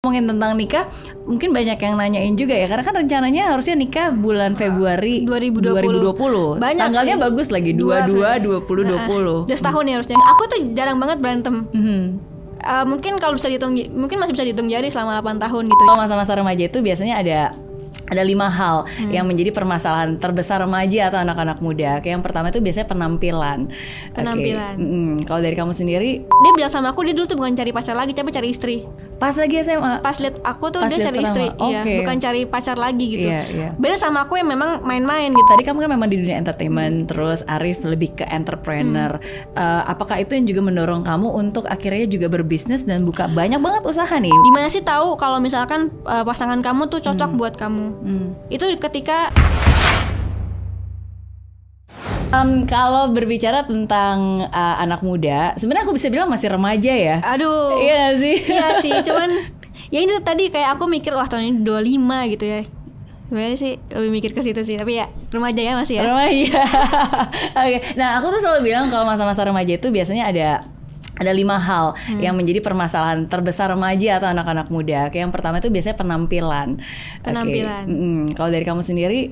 Ngomongin tentang nikah, mungkin banyak yang nanyain juga ya, karena kan rencananya harusnya nikah bulan Februari 2020. Banyak tanggalnya sih. bagus lagi 22/2020. Udah setahun ya harusnya. Aku tuh jarang banget berantem. Mungkin kalau bisa dihitung, mungkin masih bisa dihitung jari selama 8 tahun gitu. Kalau masa-masa remaja itu biasanya ada 5 hal yang menjadi permasalahan terbesar remaja atau anak-anak muda. Kayak yang pertama itu biasanya penampilan. Penampilan. Kalau dari kamu sendiri, Dia bilang sama aku, dia dulu tuh bukan cari pacar lagi, tapi cari istri. pas lagi SMA. Pas lihat aku tuh Pas dia lihat cari pertama. istri, iya, Oke. bukan cari pacar lagi gitu. Iya. Beda sama aku yang memang main-main gitu. Tadi kamu kan memang di dunia entertainment, terus Arif lebih ke entrepreneur. Apakah itu yang juga mendorong kamu untuk akhirnya juga berbisnis dan buka banyak banget usaha nih? Dimana sih tahu kalau misalkan pasangan kamu tuh cocok buat kamu? Itu ketika Kalau berbicara tentang anak muda, sebenarnya aku bisa bilang masih remaja ya. aduh. Iya nggak sih? Iya sih, cuman ya ini tadi kayak aku mikir wah tahun ini 25 gitu ya. Sebenarnya sih lebih mikir ke situ sih, tapi ya remaja ya masih ya. Remaja. Oke. Nah, aku tuh selalu bilang kalau masa-masa remaja itu biasanya ada 5 hal yang menjadi permasalahan terbesar remaja atau anak-anak muda. Kayak yang pertama itu biasanya penampilan. Penampilan. Oke. Kalau dari kamu sendiri,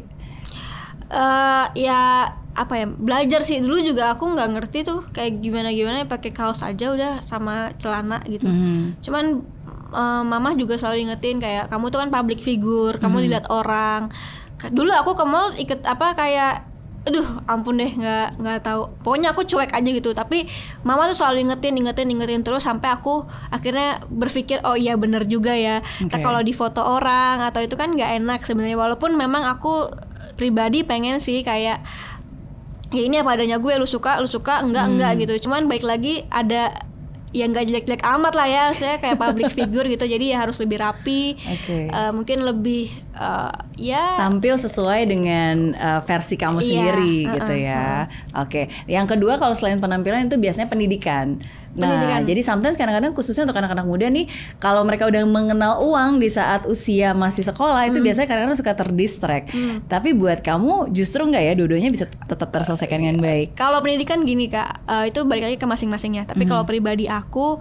Ya apa ya, belajar sih. Dulu juga aku nggak ngerti tuh kayak gimana pakai kaos aja udah sama celana gitu. Cuman mama juga selalu ingetin kayak kamu tuh kan public figure, kamu dilihat orang. Dulu aku ke mall ikut apa kayak aduh ampun deh, nggak tahu, pokoknya aku cuek aja gitu. Tapi mama tuh selalu ingetin terus sampai aku akhirnya berpikir oh iya bener juga ya. Okay. Kalau di foto orang atau itu kan nggak enak sebenarnya, walaupun memang aku pribadi pengen sih kayak ya ini apa adanya gue, lu suka enggak gitu. Cuman baik lagi ada yang nggak jelek-jelek amat lah ya, saya kayak public figure gitu, jadi ya harus lebih rapi. Oke. Mungkin lebih ya tampil sesuai dengan versi kamu sendiri gitu ya. Oke. Yang kedua kalau selain penampilan itu biasanya pendidikan. Nah, jadi sometimes kadang-kadang khususnya untuk anak-anak muda nih, kalau mereka udah mengenal uang di saat usia masih sekolah itu biasanya kadang-kadang suka terdistract. Tapi buat kamu justru nggak ya, dua-duanya bisa tetap terselesaikan dengan baik? kalau pendidikan gini Kak, itu balik lagi ke masing-masingnya. Tapi kalau pribadi aku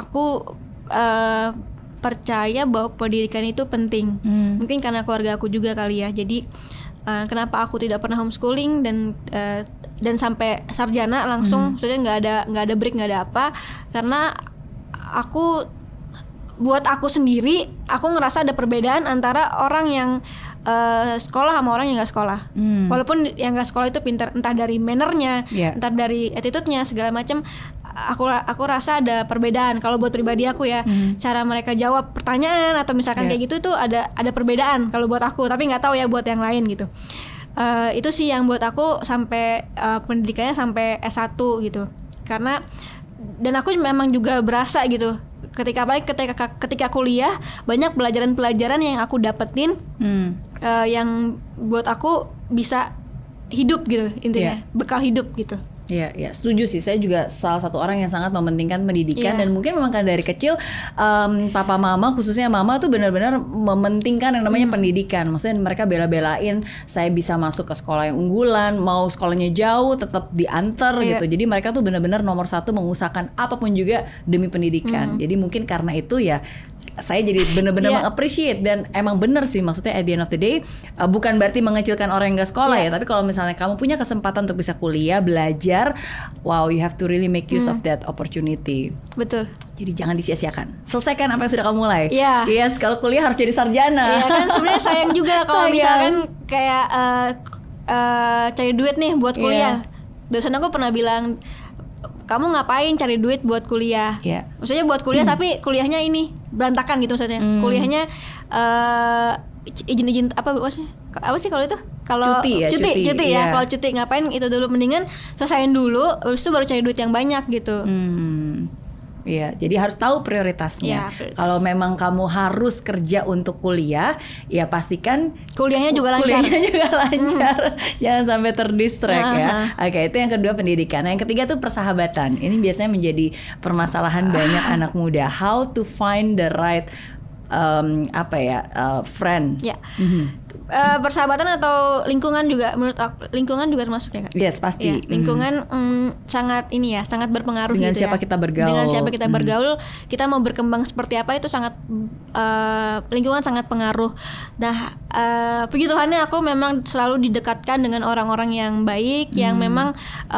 percaya bahwa pendidikan itu penting. Mungkin karena keluarga aku juga kali ya. Jadi kenapa aku tidak pernah homeschooling dan sampai sarjana langsung, maksudnya nggak ada break, nggak ada apa, karena buat aku sendiri, aku ngerasa ada perbedaan antara orang yang sekolah sama orang yang nggak sekolah. Walaupun yang nggak sekolah itu pintar, entah dari mannernya, entah dari attitude-nya segala macam. Aku rasa ada perbedaan. Kalau buat pribadi aku ya, cara mereka jawab pertanyaan atau misalkan kayak gitu tuh ada perbedaan kalau buat aku. Tapi nggak tahu ya buat yang lain gitu. Itu sih yang buat aku sampai pendidikannya sampai S1 gitu. Karena dan aku memang juga berasa gitu. Ketika kuliah banyak pelajaran-pelajaran yang aku dapetin yang buat aku bisa hidup gitu intinya, bekal hidup gitu. Iya, setuju sih. Saya juga salah satu orang yang sangat mementingkan pendidikan dan mungkin memang kan dari kecil papa mama, khususnya mama tuh benar-benar mementingkan yang namanya pendidikan. Maksudnya mereka bela-belain saya bisa masuk ke sekolah yang unggulan, mau sekolahnya jauh tetap diantar gitu. Jadi mereka tuh benar-benar nomor satu mengusahakan apapun juga demi pendidikan. Jadi mungkin karena itu ya saya jadi benar-benar meng-appreciate, dan emang bener sih, maksudnya at the end of the day bukan berarti mengecilkan orang yang gak sekolah ya, tapi kalau misalnya kamu punya kesempatan untuk bisa kuliah, belajar, wow, you have to really make use of that opportunity. Betul. Jadi jangan disia-siakan, selesaikan apa yang sudah kamu mulai. Yes, kalau kuliah harus jadi sarjana. Iya kan, sebenarnya sayang juga kalau misalkan kayak cari duit nih buat kuliah. Dosen aku pernah bilang, kamu ngapain cari duit buat kuliah? Maksudnya buat kuliah tapi kuliahnya ini berantakan gitu maksudnya. Kuliahnya izin apa sih kalau itu? Kalau cuti ya. Kalau cuti ngapain itu dulu, mendingan selesaiin dulu, habis itu baru cari duit yang banyak gitu. Iya, jadi harus tahu prioritasnya. Kalau memang kamu harus kerja untuk kuliah, ya pastikan kuliahnya juga lancar. Jangan sampai terdistract ya. Oke, itu yang kedua pendidikan. Nah, yang ketiga tuh persahabatan. Ini biasanya menjadi permasalahan banyak anak muda. How to find the right friend. Ya. Persahabatan atau lingkungan juga, menurut aku lingkungan juga termasuk ya Kak? Yes, pasti. Ya, lingkungan sangat sangat berpengaruh dengan gitu siapa ya. kita bergaul. Dengan siapa kita bergaul, kita mau berkembang seperti apa itu sangat lingkungan sangat pengaruh. Nah, puji Tuhannya aku memang selalu didekatkan dengan orang-orang yang baik, yang memang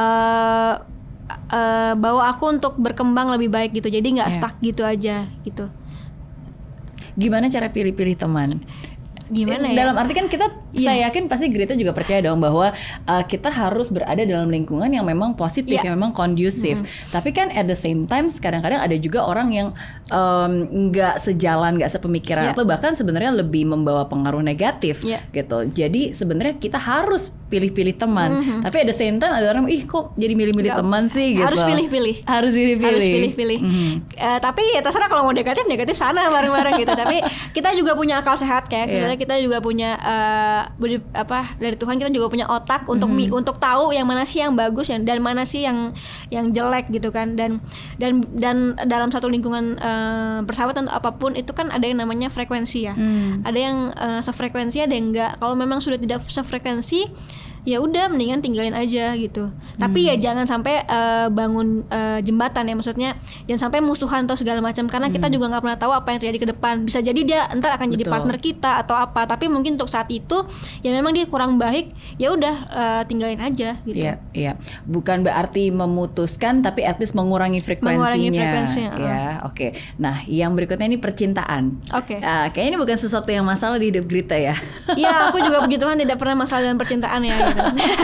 bawa aku untuk berkembang lebih baik gitu. Jadi nggak stuck gitu aja gitu. Gimana cara pilih-pilih teman? Gimana ya? Dalam arti kan kita, saya yakin pasti Grita juga percaya dong bahwa kita harus berada dalam lingkungan yang memang positif, yang memang kondusif. Tapi kan at the same time kadang-kadang ada juga orang yang nggak sejalan, nggak sepemikiran, atau bahkan sebenarnya lebih membawa pengaruh negatif gitu. Jadi sebenarnya kita harus pilih-pilih teman. Tapi at the same time ada orang, kok jadi milih-milih teman sih gitu. Harus pilih-pilih. Harus pilih-pilih. Tapi ya terserah, kalau mau negatif sana bareng-bareng gitu. Tapi kita juga punya akal sehat kayak kita juga punya dari Tuhan kita juga punya otak untuk tahu yang mana sih yang bagus dan mana sih yang jelek gitu kan. Dan dalam satu lingkungan persahabatan atau apapun itu kan ada yang namanya frekuensi ya. Ada yang sefrekuensi, ada yang enggak. Kalau memang sudah tidak sefrekuensi, ya udah mendingan tinggalin aja gitu. Tapi ya jangan sampai bangun jembatan ya, maksudnya jangan sampai musuhan atau segala macam, karena kita juga nggak pernah tahu apa yang terjadi ke depan. Bisa jadi dia entar akan jadi partner kita atau apa, tapi mungkin untuk saat itu ya memang dia kurang baik, ya udah tinggalin aja gitu. Iya. Bukan berarti memutuskan, tapi at least mengurangi frekuensinya. Ya, oke. Nah, yang berikutnya ini percintaan. Oke. Kayaknya ini bukan sesuatu yang masalah di hidup Grita ya. Iya, aku juga puji Tuhan tidak pernah masalah dengan percintaan ya gitu.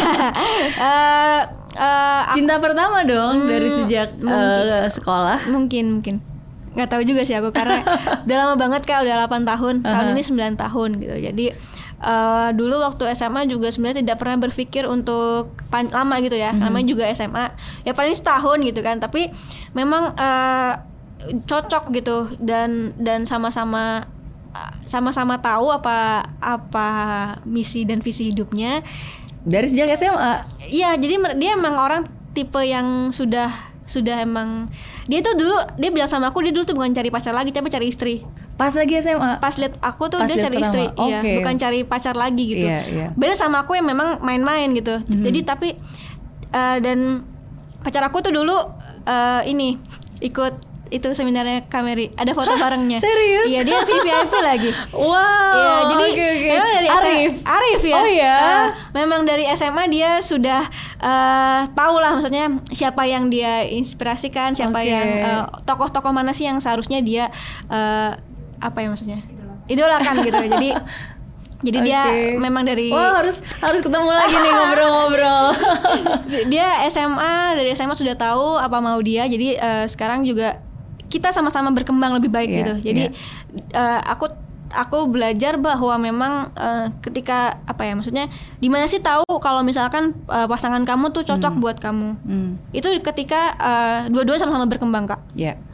Cinta pertama dong dari sejak sekolah. Mungkin nggak tahu juga sih aku, karena udah lama banget Kak, udah 8 tahun. Tahun ini 9 tahun gitu. Jadi dulu waktu SMA juga sebenarnya tidak pernah berpikir untuk lama gitu ya. Namanya juga SMA, ya paling setahun gitu kan. Tapi memang cocok gitu, dan sama-sama tahu apa misi dan visi hidupnya. Dari sejak SMA? Iya, jadi dia emang orang tipe yang sudah emang, dia tuh dulu, dia bilang sama aku, dia dulu tuh bukan cari pacar lagi, tapi cari istri. Pas lagi SMA? Pas lihat aku tuh dia cari istri, bukan cari pacar lagi gitu. Beda sama aku yang memang main-main gitu. Jadi tapi dan pacar aku tuh dulu ikut itu seminarnya Kameri, ada foto barengnya. Serius? Iya, dia VIP lagi. Wow. Iya, jadi memang dari Arif ya. Oh ya. Memang dari SMA dia sudah tahu lah, maksudnya siapa yang dia inspirasikan, siapa yang tokoh-tokoh mana sih yang seharusnya dia idolakan gitu. Jadi dia memang dari harus ketemu lagi nih ngobrol-ngobrol. Dia dari SMA sudah tahu apa mau dia. Jadi sekarang juga kita sama-sama berkembang lebih baik gitu. Jadi aku belajar bahwa memang ketika maksudnya di mana sih tahu kalau misalkan pasangan kamu tuh cocok buat kamu. Itu ketika dua-dua sama-sama berkembang Kak.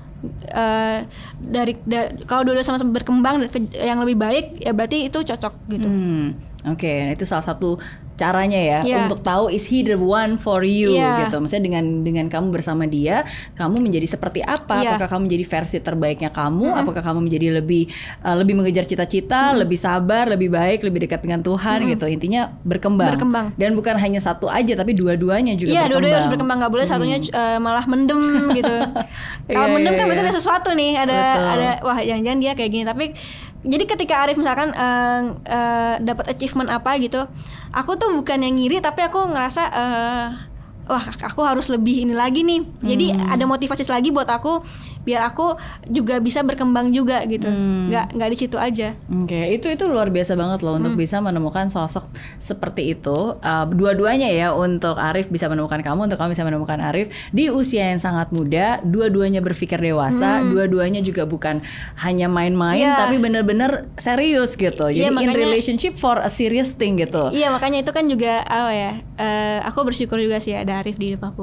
Kalau dua-dua sama-sama berkembang yang lebih baik, ya berarti itu cocok gitu. Oke, itu salah satu caranya ya untuk tahu is he the one for you gitu. Maksudnya dengan kamu bersama dia, kamu menjadi seperti apa? Apakah kamu menjadi versi terbaiknya kamu? Apakah kamu menjadi lebih mengejar cita-cita, lebih sabar, lebih baik, lebih dekat dengan Tuhan gitu. Intinya berkembang. Dan bukan hanya satu aja, tapi dua-duanya juga berkembang. Iya, dua-duanya harus berkembang, nggak boleh satunya malah mendem gitu. Kalau mendem kan berarti ada sesuatu nih, ada wah jangan-jangan dia kayak gini. Tapi jadi ketika Arif misalkan dapat achievement apa gitu, aku tuh bukan yang ngiri, tapi aku ngerasa wah aku harus lebih ini lagi nih. Jadi ada motivasi lagi buat aku, biar aku juga bisa berkembang juga gitu. Nggak di situ aja. Oke, itu luar biasa banget loh untuk bisa menemukan sosok seperti itu. Dua-duanya ya, untuk Arif bisa menemukan kamu, untuk kamu bisa menemukan Arif di usia yang sangat muda. Dua-duanya berpikir dewasa, dua-duanya juga bukan hanya main-main, tapi benar-benar serius gitu. Jadi makanya, in relationship for a serious thing gitu. Iya, makanya itu kan juga aku bersyukur juga sih ada Arif di hidup aku.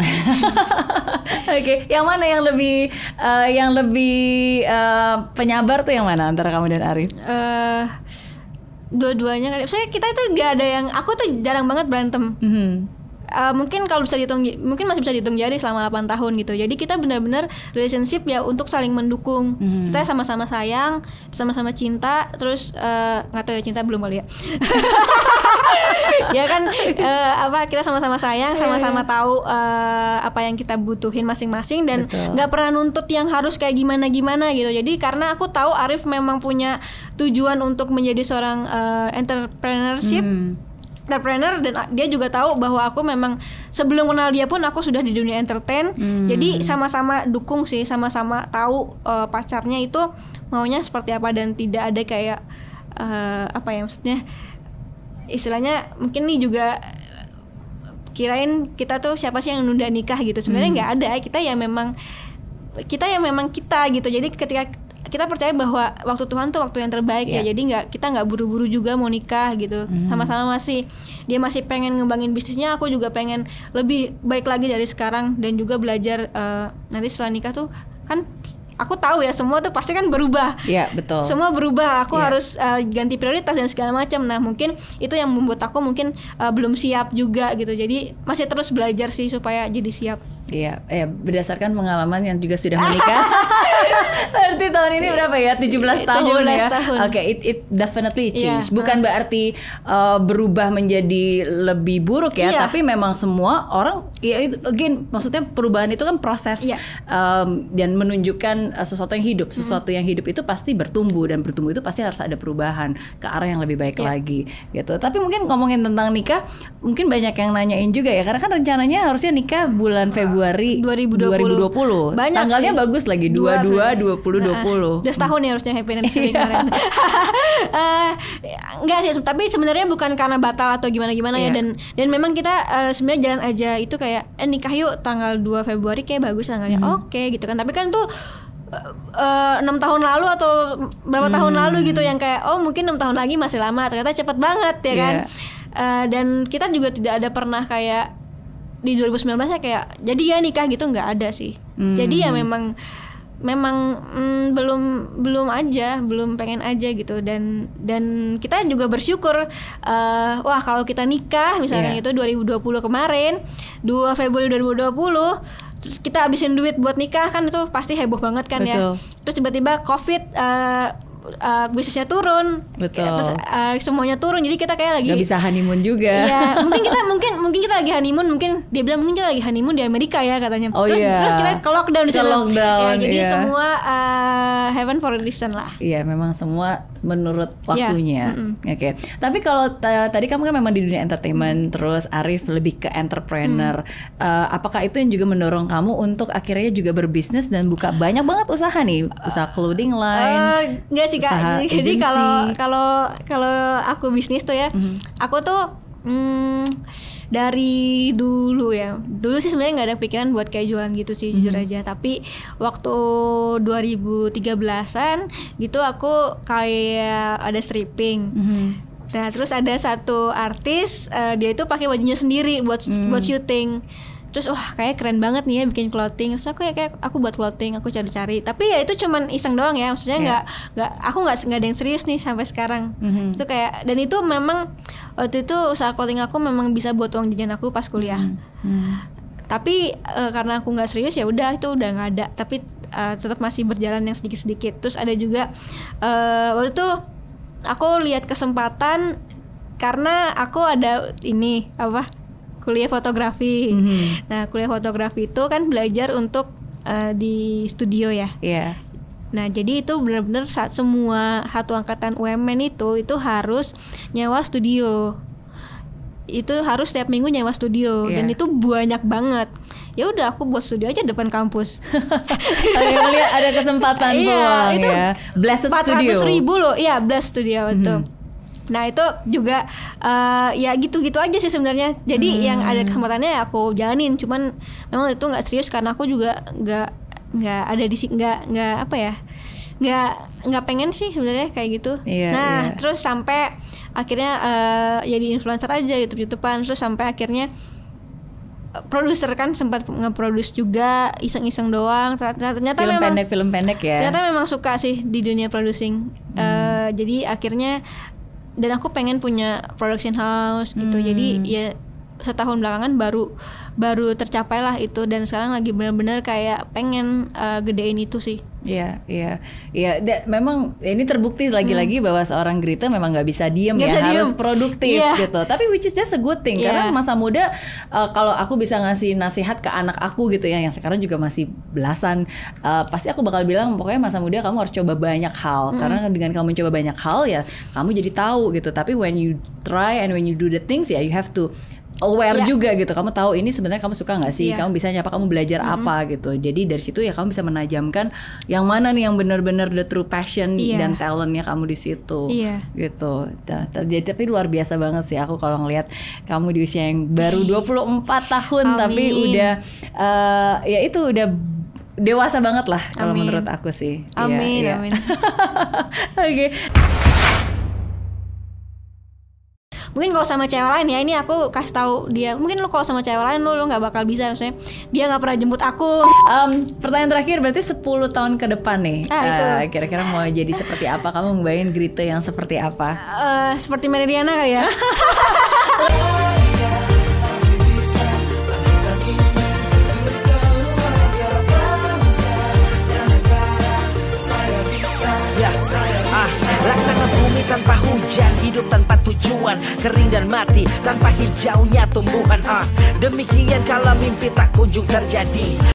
Oke, yang mana yang lebih penyabar tuh yang mana antara kamu dan Arif? Dua-duanya kan. Saya kita itu gak ada yang, aku tuh jarang banget berantem. mungkin kalau bisa dihitung, mungkin masih bisa dihitung jari selama 8 tahun gitu. Jadi kita benar-benar relationship ya untuk saling mendukung. Kita sama-sama sayang, sama-sama cinta, terus nggak tahu ya cinta belum kali ya. Ya kan kita sama-sama sayang, sama-sama tahu apa yang kita butuhin masing-masing dan nggak pernah nuntut yang harus kayak gimana-gimana gitu. Jadi karena aku tahu Arif memang punya tujuan untuk menjadi seorang entrepreneur dan dia juga tahu bahwa aku memang sebelum kenal dia pun aku sudah di dunia entertain. Jadi sama-sama dukung sih, sama-sama tahu pacarnya itu maunya seperti apa dan tidak ada kayak apa ya maksudnya istilahnya mungkin nih juga kirain kita tuh siapa sih yang nunda nikah gitu. Sebenarnya nggak ada, kita ya memang kita gitu. Jadi ketika kita percaya bahwa waktu Tuhan tuh waktu yang terbaik ya. Jadi kita nggak buru-buru juga mau nikah gitu. Sama-sama dia masih pengen ngembangin bisnisnya, aku juga pengen lebih baik lagi dari sekarang dan juga belajar nanti setelah nikah tuh kan aku tahu ya semua tuh pasti kan berubah. Iya, betul. Semua berubah. Aku harus ganti prioritas dan segala macam. Nah, mungkin itu yang membuat aku mungkin belum siap juga gitu. Jadi masih terus belajar sih supaya jadi siap. Iya, berdasarkan pengalaman yang juga sudah menikah. Berarti tahun ini berapa ya? 17 tahun 17 ya. tahun. Oke, it definitely change. Bukan berarti berubah menjadi lebih buruk ya, tapi memang semua orang ya itu again maksudnya perubahan itu kan proses dan menunjukkan sesuatu yang hidup. Sesuatu yang hidup itu pasti bertumbuh dan bertumbuh itu pasti harus ada perubahan ke arah yang lebih baik lagi gitu. Tapi mungkin ngomongin tentang nikah, mungkin banyak yang nanyain juga ya karena kan rencananya harusnya nikah bulan Februari 2020. Banyak tanggalnya sih. bagus lagi 22/2020. 2 tahun ya harusnya happy anniversary kemarin. Enggak sih, tapi sebenarnya bukan karena batal atau gimana-gimana ya dan memang kita sebenarnya jalan aja itu kayak nikah yuk tanggal 2 Februari kayak bagus tanggalnya. Oke gitu kan. Tapi kan tuh 6 tahun lalu atau berapa tahun lalu gitu yang kayak mungkin 6 tahun lagi masih lama, ternyata cepet banget ya kan. Dan kita juga tidak ada pernah kayak di 2019 ya kayak jadi ya nikah gitu, nggak ada sih. Jadi ya memang belum pengen aja gitu dan kita juga bersyukur wah kalau kita nikah misalnya itu 2020 kemarin 2 Februari 2020 kita habisin duit buat nikah kan itu pasti heboh banget kan. Betul. Ya terus tiba-tiba COVID bisnisnya turun. Betul. Terus semuanya turun jadi kita kayak lagi nggak bisa honeymoon juga. Ya mungkin kita lagi honeymoon, mungkin dia bilang mungkin kita lagi honeymoon di Amerika ya katanya. Terus kita ke lockdown di sana. Ya, jadi semua heaven for a reason lah. Iya memang semua menurut waktunya. Oke. Tapi kalau tadi kamu kan memang di dunia entertainment, terus Arif lebih ke entrepreneur. Apakah itu yang juga mendorong kamu untuk akhirnya juga berbisnis dan buka banyak banget usaha nih, usaha clothing line? Enggak sih Kak. Jadi kalau aku bisnis tuh ya, aku tuh dari dulu sih sebenarnya nggak ada pikiran buat kayak jualan gitu sih jujur aja. Tapi waktu 2013an gitu aku kayak ada stripping. Nah terus ada satu artis dia itu pakai bajunya sendiri buat syuting. Terus wah kayak keren banget nih ya bikin clothing. Terus aku kayak aku buat clothing, aku cari-cari. Tapi ya itu cuman iseng doang ya. Maksudnya aku nggak ada yang serius nih sampai sekarang. Itu kayak dan itu memang waktu itu usaha clothing aku memang bisa buat uang jajan aku pas kuliah. Tapi karena aku nggak serius ya udah itu udah nggak ada. Tapi tetap masih berjalan yang sedikit-sedikit. Terus ada juga waktu itu aku lihat kesempatan karena aku ada ini kuliah fotografi. Nah, kuliah fotografi itu kan belajar untuk di studio ya. Iya. Nah, jadi itu benar-benar semua satu angkatan UMN itu harus nyewa studio. Itu harus setiap minggu nyewa studio dan itu banyak banget. Ya udah aku buat studio aja depan kampus. Lihat ada kesempatan peluang itu ya. Blessed Studio. 400.000 loh. Iya, Blessed Studio itu. Nah itu juga ya gitu-gitu aja sih sebenarnya. Jadi yang ada kesempatannya ya aku jalanin. Cuman memang itu nggak serius karena aku juga nggak ada di sini nggak pengen sih sebenarnya kayak gitu. Terus sampai akhirnya jadi influencer aja YouTubean. Terus sampai akhirnya produser kan sempat nge-produce juga iseng-iseng doang. Ternyata film pendek ya. Ternyata memang suka sih di dunia producing. Jadi akhirnya dan aku pengen punya production house gitu. Jadi ya setahun belakangan baru tercapai lah itu, dan sekarang lagi benar-benar kayak pengen gedein itu sih. Iya. Memang ini terbukti lagi-lagi bahwa seorang Grita memang nggak bisa diem ya, harus produktif gitu. Tapi which is just a good thing karena masa muda, kalau aku bisa ngasih nasihat ke anak aku gitu ya, yang sekarang juga masih belasan, pasti aku bakal bilang pokoknya masa muda kamu harus coba banyak hal, karena dengan kamu coba banyak hal ya kamu jadi tahu gitu. Tapi when you try and when you do the things ya, you have to aware juga gitu. Kamu tahu ini sebenarnya kamu suka nggak sih? Kamu bisa apa? Kamu belajar apa gitu. Jadi dari situ ya kamu bisa menajamkan yang mana nih yang benar-benar the true passion dan talentnya kamu di situ. Gitu. Jadi tapi luar biasa banget sih aku kalau ngelihat kamu di usia yang baru 24 tahun tapi udah ya itu udah dewasa banget lah kalau menurut aku sih. Amin. Oke. Mungkin kalau sama cewek lain ya, ini aku kasih tahu dia, mungkin lu kalau sama cewek lain lu nggak bakal bisa, misalnya dia nggak pernah jemput aku. Pertanyaan terakhir, berarti 10 tahun ke depan nih, itu kira-kira mau jadi seperti apa? Kamu ngebayangin Grita yang seperti apa? Seperti Meridiana kali ya. Laksana bumi tanpa hujan, hidup tanpa tujuan, kering dan mati tanpa hijaunya tumbuhan. Demikian kalau mimpi tak kunjung terjadi.